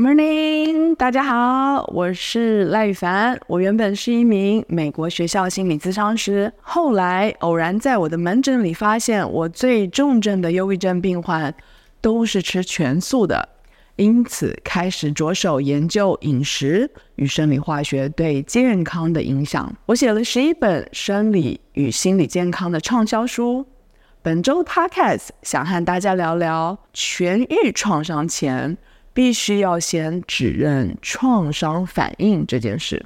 Morning， 大家好，我是赖宇凡。我原本是一名美国学校心理咨商师，后来偶然在我的门诊里发现，我最重症的忧郁症病患都是吃全素的，因此开始着手研究饮食与生理化学对健康的影响。我写了11本生理与心理健康的畅销书。本周 Podcast 想和大家聊聊痊愈创伤前必须要先指认创伤反应这件事。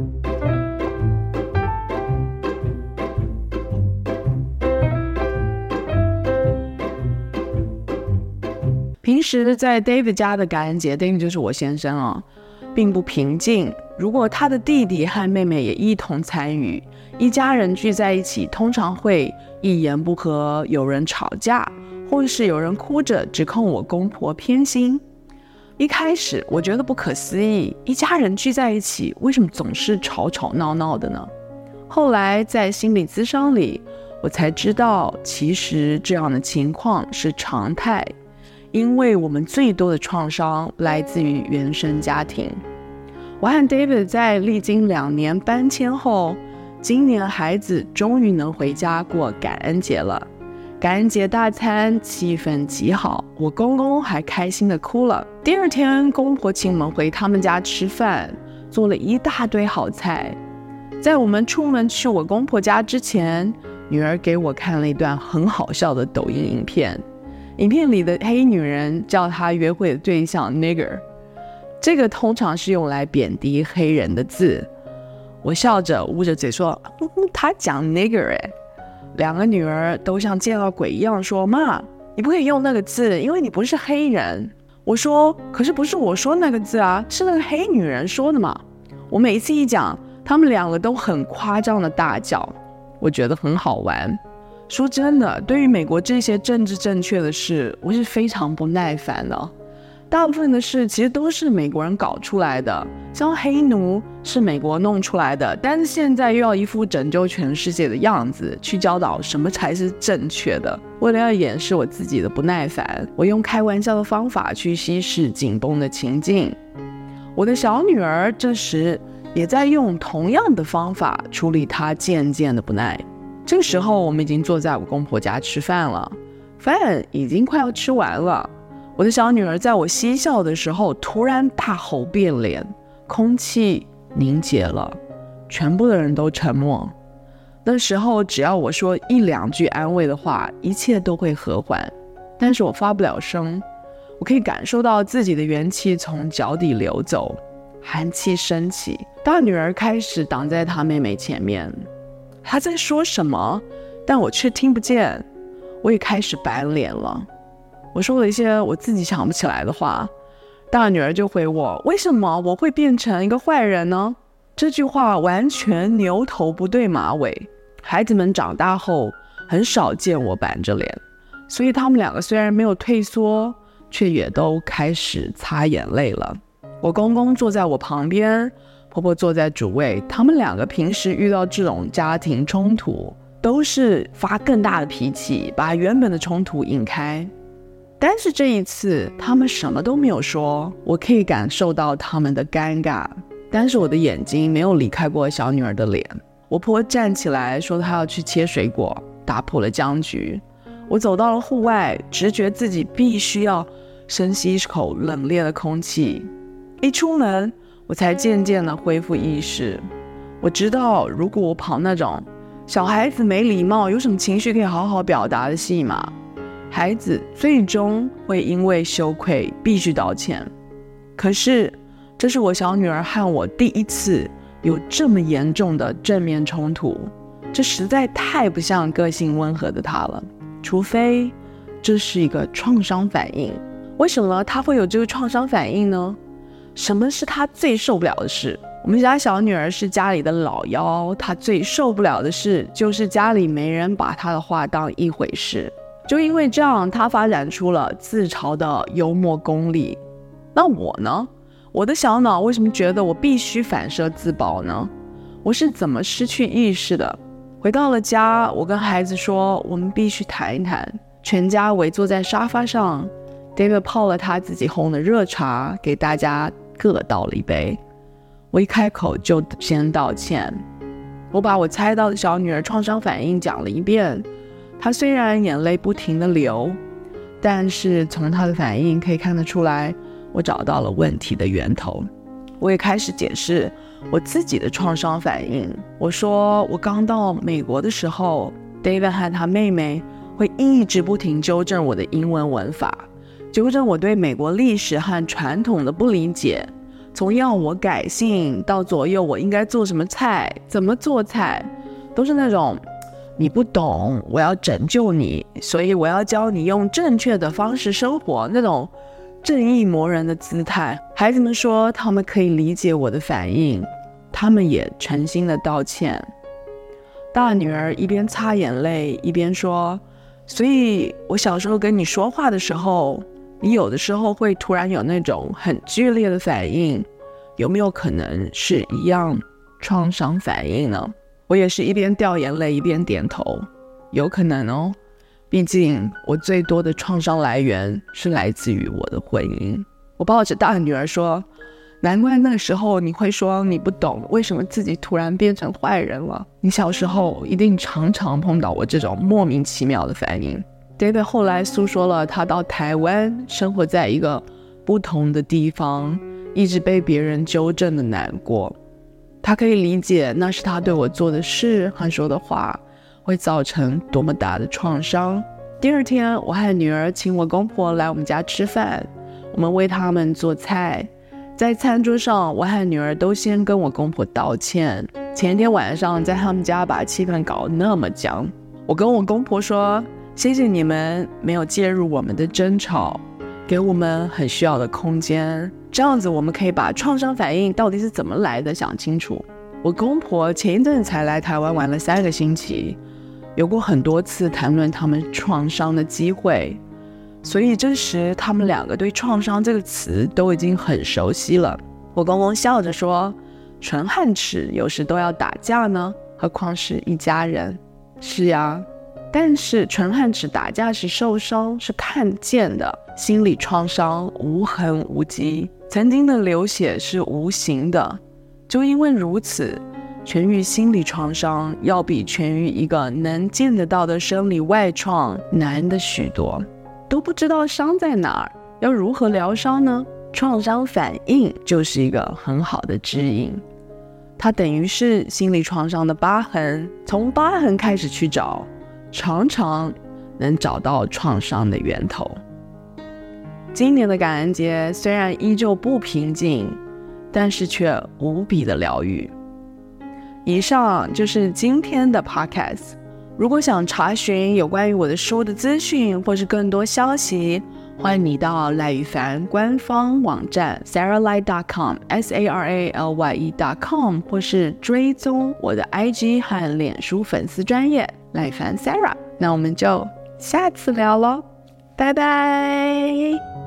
平时在 David 家的感恩节， David 就是我先生并不平静。如果他的弟弟和妹妹也一同参与，一家人聚在一起，通常会一言不合，有人吵架，或是有人哭着指控我公婆偏心。一开始我觉得不可思议，一家人聚在一起，为什么总是吵吵闹闹的呢？后来在心理咨商里，我才知道其实这样的情况是常态，因为我们最多的创伤来自于原生家庭。我和 David 在历经2年搬迁后，今年孩子终于能回家过感恩节了。感恩节大餐气氛极好，我公公还开心的哭了。第二天公婆请我们回他们家吃饭，做了一大堆好菜。在我们出门去我公婆家之前，女儿给我看了一段很好笑的抖音影片。影片里的黑女人叫她约会的对象 nigger， 这个通常是用来贬低黑人的字。我笑着捂着嘴说她讲 nigger 2个女儿都像见到鬼一样说，妈，你不可以用那个字，因为你不是黑人。我说，可是不是我说那个字啊，是那个黑女人说的嘛。我每一次一讲，他们2个都很夸张的大叫，我觉得很好玩。说真的，对于美国这些政治正确的事，我是非常不耐烦的。大部分的事其实都是美国人搞出来的，像黑奴是美国弄出来的，但是现在又要一副拯救全世界的样子去教导什么才是正确的。为了要掩饰我自己的不耐烦，我用开玩笑的方法去稀释紧绷的情境。我的小女儿这时也在用同样的方法处理她渐渐的不耐。这个时候我们已经坐在我公婆家吃饭了，饭已经快要吃完了。我的小女儿在我嬉笑的时候突然大吼变脸，空气凝结了，全部的人都沉默。那时候只要我说1、2句安慰的话，一切都会和缓，但是我发不了声。我可以感受到自己的元气从脚底流走，寒气升起。大女儿开始挡在她妹妹前面，她在说什么，但我却听不见。我也开始板脸了，我说了一些我自己想不起来的话，大女儿就回我，为什么我会变成一个坏人呢？这句话完全牛头不对马尾。孩子们长大后很少见我板着脸，所以他们2个虽然没有退缩，却也都开始擦眼泪了。我公公坐在我旁边，婆婆坐在主位，他们2个平时遇到这种家庭冲突都是发更大的脾气，把原本的冲突引开。但是这一次他们什么都没有说，我可以感受到他们的尴尬，但是我的眼睛没有离开过小女儿的脸。我婆婆站起来说她要去切水果，打破了僵局。我走到了户外，直觉自己必须要深吸一口冷冽的空气。一出门我才渐渐的恢复意识。我知道如果我跑那种小孩子没礼貌有什么情绪可以好好表达的戏码，孩子最终会因为羞愧必须道歉。可是这是我小女儿和我第一次有这么严重的正面冲突，这实在太不像个性温和的她了，除非这是一个创伤反应。为什么她会有这个创伤反应呢？什么是她最受不了的事？我们家小女儿是家里的老幺，她最受不了的事就是家里没人把她的话当一回事。就因为这样，她发展出了自嘲的幽默功力。那我呢？我的小脑为什么觉得我必须反射自保呢？我是怎么失去意识的？回到了家，我跟孩子说，我们必须谈一谈。全家围坐在沙发上， David 泡了他自己烘的热茶，给大家各倒了一杯。我一开口就先道歉，我把我猜到的小女儿创伤反应讲了一遍。她虽然眼泪不停地流，但是从她的反应可以看得出来，我找到了问题的源头。我也开始解释我自己的创伤反应。我说我刚到美国的时候， David 和他妹妹会一直不停纠正我的英文文法，纠正我对美国历史和传统的不理解，从要我改姓到左右我应该做什么菜，怎么做菜，都是那种你不懂，我要拯救你，所以我要教你用正确的方式生活，那种正义魔人的姿态。孩子们说他们可以理解我的反应，他们也诚心的道歉。大女儿一边擦眼泪一边说，所以我小时候跟你说话的时候，你有的时候会突然有那种很剧烈的反应，有没有可能是一样创伤反应呢？我也是一边掉眼泪一边点头，有可能哦，毕竟我最多的创伤来源是来自于我的婚姻。我抱着大女儿说，难怪那时候你会说你不懂为什么自己突然变成坏人了，你小时候一定常常碰到我这种莫名其妙的反应。 David 后来诉说了他到台湾生活在一个不同的地方，一直被别人纠正的难过。他可以理解那是他对我做的事和说的话会造成多么大的创伤。第二天，我和女儿请我公婆来我们家吃饭，我们为他们做菜。在餐桌上，我和女儿都先跟我公婆道歉，前天晚上在他们家把气氛搞那么僵。我跟我公婆说，谢谢你们没有介入我们的争吵，给我们很需要的空间，这样子我们可以把创伤反应到底是怎么来的想清楚。我公婆前一阵才来台湾玩了3个星期，有过很多次谈论他们创伤的机会，所以这时他们2个对创伤这个词都已经很熟悉了。我公公笑着说，唇和齿有时都要打架呢，何况是一家人。是呀，但是唇和齿打架时受伤是看见的，心理创伤无痕无迹，曾经的流血是无形的。就因为如此，痊愈心理创伤要比痊愈一个能见得到的生理外创难的许多。都不知道伤在哪儿，要如何疗伤呢？创伤反应就是一个很好的指引，它等于是心理创伤的疤痕，从疤痕开始去找，常常能找到创伤的源头。今年的感恩节虽然依旧不平静，但是却无比的疗愈。以上就是今天的 podcast。 如果想查询有关于我的书的资讯或是更多消息，欢迎你到赖宇凡官方网站 saralye.com saralye.com 或是追踪我的 IG 和脸书粉丝专页赖宇凡 Sarah。 那我们就下次聊咯，拜拜。